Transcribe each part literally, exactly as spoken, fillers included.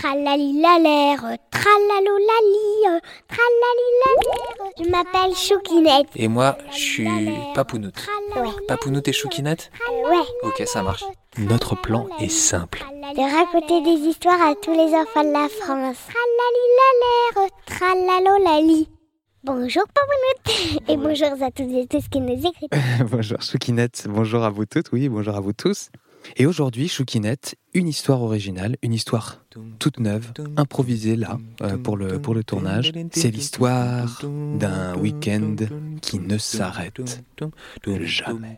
Tralalilalère, tralalolali, tralalilalère. Je m'appelle Choukinette. Et moi, je suis Papounoute. Ouais. Papounoute et Choukinette ? Euh, ouais. Ok, ça marche. Notre plan est simple. De raconter des histoires à tous les enfants de la France. Tralalilalère, tralalolali. Bonjour Papounoute. Et bonjour à toutes et tous qui nous écoutent. Bonjour Choukinette, bonjour à vous toutes, oui, bonjour à vous tous. Et aujourd'hui, Choukinette, une histoire originale, une histoire toute neuve, improvisée là, euh, pour, le, pour le tournage. C'est l'histoire d'un week-end qui ne s'arrête jamais.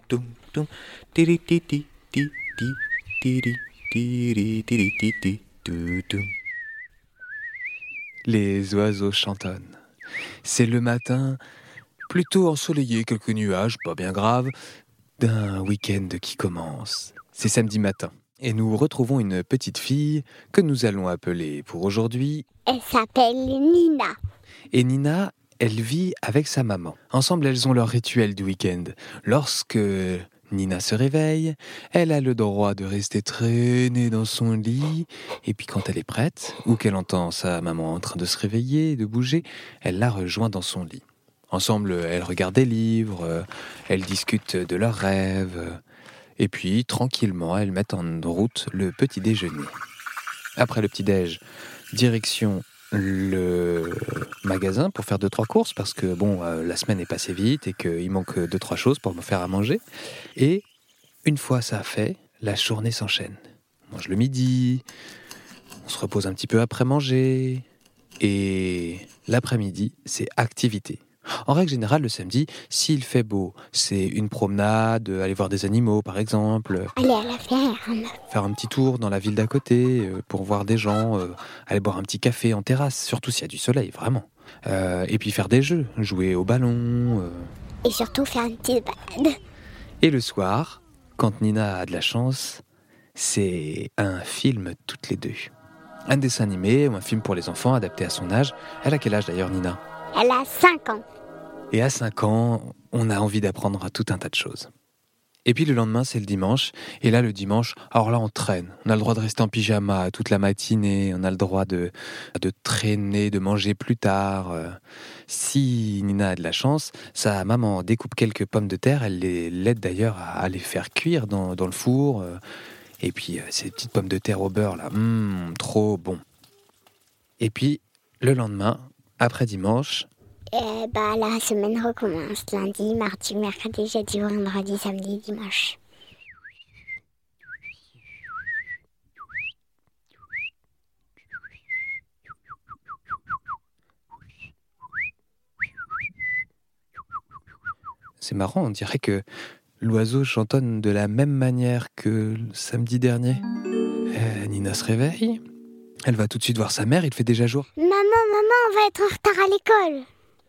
Les oiseaux chantonnent. C'est le matin, plutôt ensoleillé, quelques nuages, pas bien grave, d'un week-end qui commence. C'est samedi matin. Et nous retrouvons une petite fille que nous allons appeler pour aujourd'hui. Elle s'appelle Nina. Et Nina, elle vit avec sa maman. Ensemble, elles ont leur rituel du week-end. Lorsque Nina se réveille, elle a le droit de rester traînée dans son lit. Et puis quand elle est prête, ou qu'elle entend sa maman en train de se réveiller, de bouger, elle la rejoint dans son lit. Ensemble, elles regardent des livres, elles discutent de leurs rêves. Et puis, tranquillement, elles mettent en route le petit déjeuner. Après le petit-déj, direction le magasin pour faire deux, trois courses, parce que bon, euh, la semaine est passée vite et qu'il manque deux, trois choses pour me faire à manger. Et une fois ça fait, la journée s'enchaîne. On mange le midi, on se repose un petit peu après manger, et l'après-midi, c'est activité. En règle générale, le samedi, s'il fait beau, c'est une promenade, aller voir des animaux par exemple. Aller à la ferme. Faire un petit tour dans la ville d'à côté euh, pour voir des gens, euh, aller boire un petit café en terrasse, surtout s'il y a du soleil, vraiment. Euh, et puis faire des jeux, jouer au ballon. Euh... Et surtout faire une petite balade. Et le soir, quand Nina a de la chance, c'est un film toutes les deux. Un dessin animé ou un film pour les enfants adapté à son âge. Elle a quel âge d'ailleurs, Nina ? Elle a cinq ans. Et à cinq ans, on a envie d'apprendre à tout un tas de choses. Et puis le lendemain, c'est le dimanche. Et là, le dimanche, alors là, on traîne. On a le droit de rester en pyjama toute la matinée. On a le droit de, de traîner, de manger plus tard. Si Nina a de la chance, sa maman découpe quelques pommes de terre. Elle les l'aide d'ailleurs à les faire cuire dans, dans le four. Et puis, ces petites pommes de terre au beurre, là, mmh, trop bon. Et puis, le lendemain, après dimanche... Eh bah, la semaine recommence. Lundi, mardi, mercredi, jeudi, vendredi, samedi, dimanche. C'est marrant, on dirait que l'oiseau chantonne de la même manière que le samedi dernier. Euh, Nina se réveille. Elle va tout de suite voir sa mère, il fait déjà jour. Maman, maman, on va être en retard à l'école.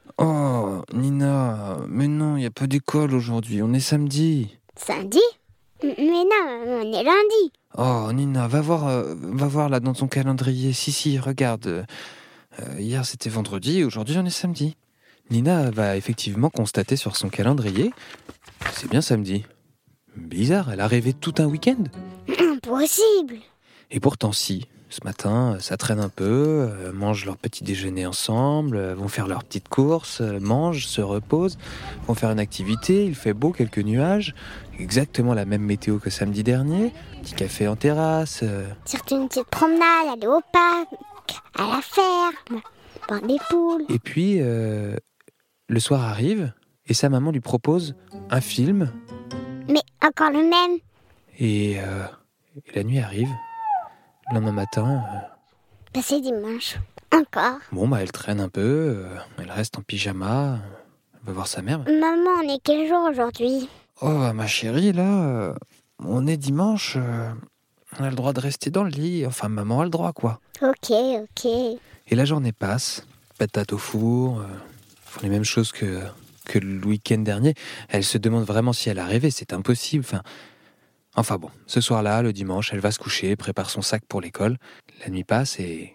Oh, Nina, mais non, il n'y a pas d'école aujourd'hui, on est samedi. Samedi ? Mais non, on est lundi. Oh, Nina, va voir, euh, va voir là dans ton calendrier. Si, si, regarde. Euh, hier c'était vendredi, aujourd'hui on est samedi. Nina va effectivement constater sur son calendrier, c'est bien samedi. Bizarre, elle a rêvé tout un week-end. Impossible. Et pourtant si. Ce matin, ça traîne un peu, euh, mangent leur petit déjeuner ensemble, euh, vont faire leurs petites courses, euh, mangent, se reposent, vont faire une activité, il fait beau, quelques nuages, exactement la même météo que samedi dernier, petit café en terrasse. Euh... Surtout une petite promenade, aller au parc, à la ferme, voir des poules. Et puis, euh, le soir arrive, et sa maman lui propose un film. Mais encore le même. Et, euh, et la nuit arrive. Le lendemain matin... Euh... Bah c'est dimanche. Encore. Bon, bah elle traîne un peu, euh, elle reste en pyjama, elle va voir sa mère. Maman, on est quel jour aujourd'hui ? Oh, ma chérie, là, euh, on est dimanche, euh, on a le droit de rester dans le lit, enfin maman a le droit, quoi. Ok, ok. Et la journée passe, patate au four, euh, font les mêmes choses que, que le week-end dernier. Elle se demande vraiment si elle a rêvé, c'est impossible, enfin... Enfin bon, ce soir-là, le dimanche, elle va se coucher, prépare son sac pour l'école. La nuit passe et...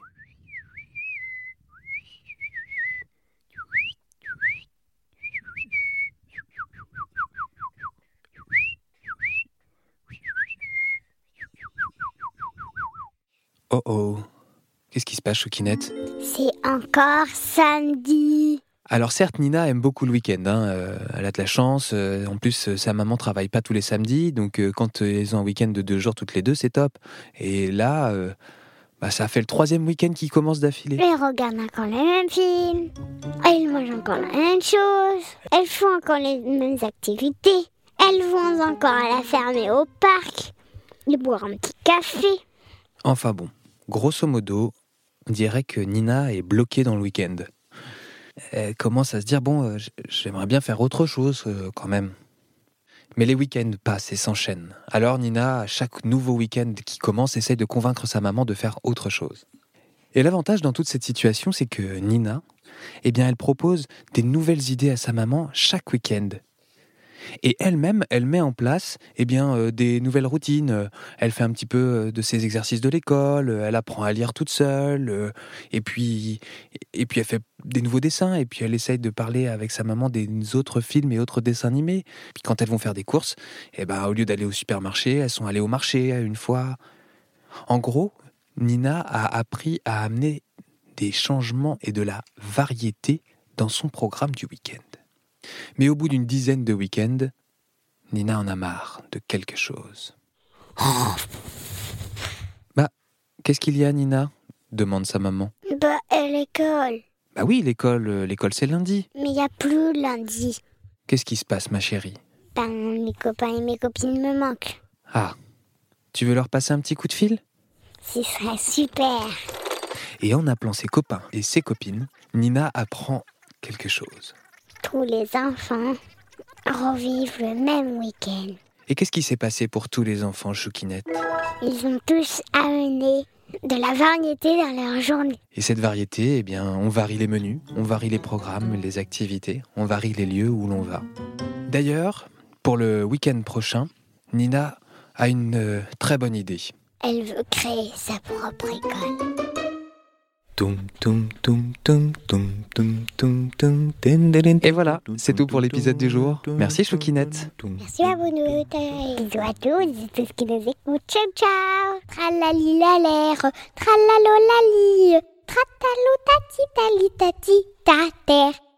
Oh oh, Qu'est-ce qui se passe, Choukinette ? C'est encore samedi. Alors certes, Nina aime beaucoup le week-end, hein, euh, elle a de la chance, euh, en plus euh, sa maman travaille pas tous les samedis, donc euh, quand euh, ils ont un week-end de deux jours toutes les deux, c'est top. Et là, euh, bah, ça fait le troisième week-end qui commence d'affilée. Elles regardent encore les mêmes films, elles mangent encore la même chose, elles font encore les mêmes activités, elles vont encore à la ferme et au parc, ils boivent un petit café. Enfin bon, grosso modo, on dirait que Nina est bloquée dans le week-end. Elle commence à se dire, bon, euh, j'aimerais bien faire autre chose euh, quand même. Mais les week-ends passent et s'enchaînent. Alors Nina, à chaque nouveau week-end qui commence, essaye de convaincre sa maman de faire autre chose. Et l'avantage dans toute cette situation, c'est que Nina, eh bien, elle propose des nouvelles idées à sa maman chaque week-end. Et elle-même, elle met en place eh bien, euh, des nouvelles routines. Elle fait un petit peu de ses exercices de l'école, elle apprend à lire toute seule, euh, et, puis, et puis elle fait des nouveaux dessins, et puis elle essaye de parler avec sa maman des autres films et autres dessins animés. Puis quand elles vont faire des courses, eh ben, au lieu d'aller au supermarché, elles sont allées au marché une fois. En gros, Nina a appris à amener des changements et de la variété dans son programme du week-end. Mais au bout d'une dizaine de week-ends, Nina en a marre de quelque chose. Bah, qu'est-ce qu'il y a, Nina ? Demande sa maman. Bah, à l'école. Bah oui, l'école, euh, l'école c'est lundi. Mais il n'y a plus lundi. Qu'est-ce qui se passe, ma chérie ? Ben, mes copains et mes copines me manquent. Ah, tu veux leur passer un petit coup de fil ? Ce serait super. Et en appelant ses copains et ses copines, Nina apprend quelque chose. Tous les enfants revivent le même week-end. Et qu'est-ce qui s'est passé pour tous les enfants, Choukinette ? Ils ont tous amené de la variété dans leur journée. Et cette variété, eh bien, on varie les menus, on varie les programmes, les activités, on varie les lieux où l'on va. D'ailleurs, pour le week-end prochain, Nina a une euh, très bonne idée. Elle veut créer sa propre école. Et voilà, c'est tout pour l'épisode du jour. Merci Choukinette. Merci à vous, nous. Bisous à tous et tous ceux qui nous écoutent. Ciao, ciao. Tralali la l'air, tralalo la lie, tratalou tati tali tati ta terre.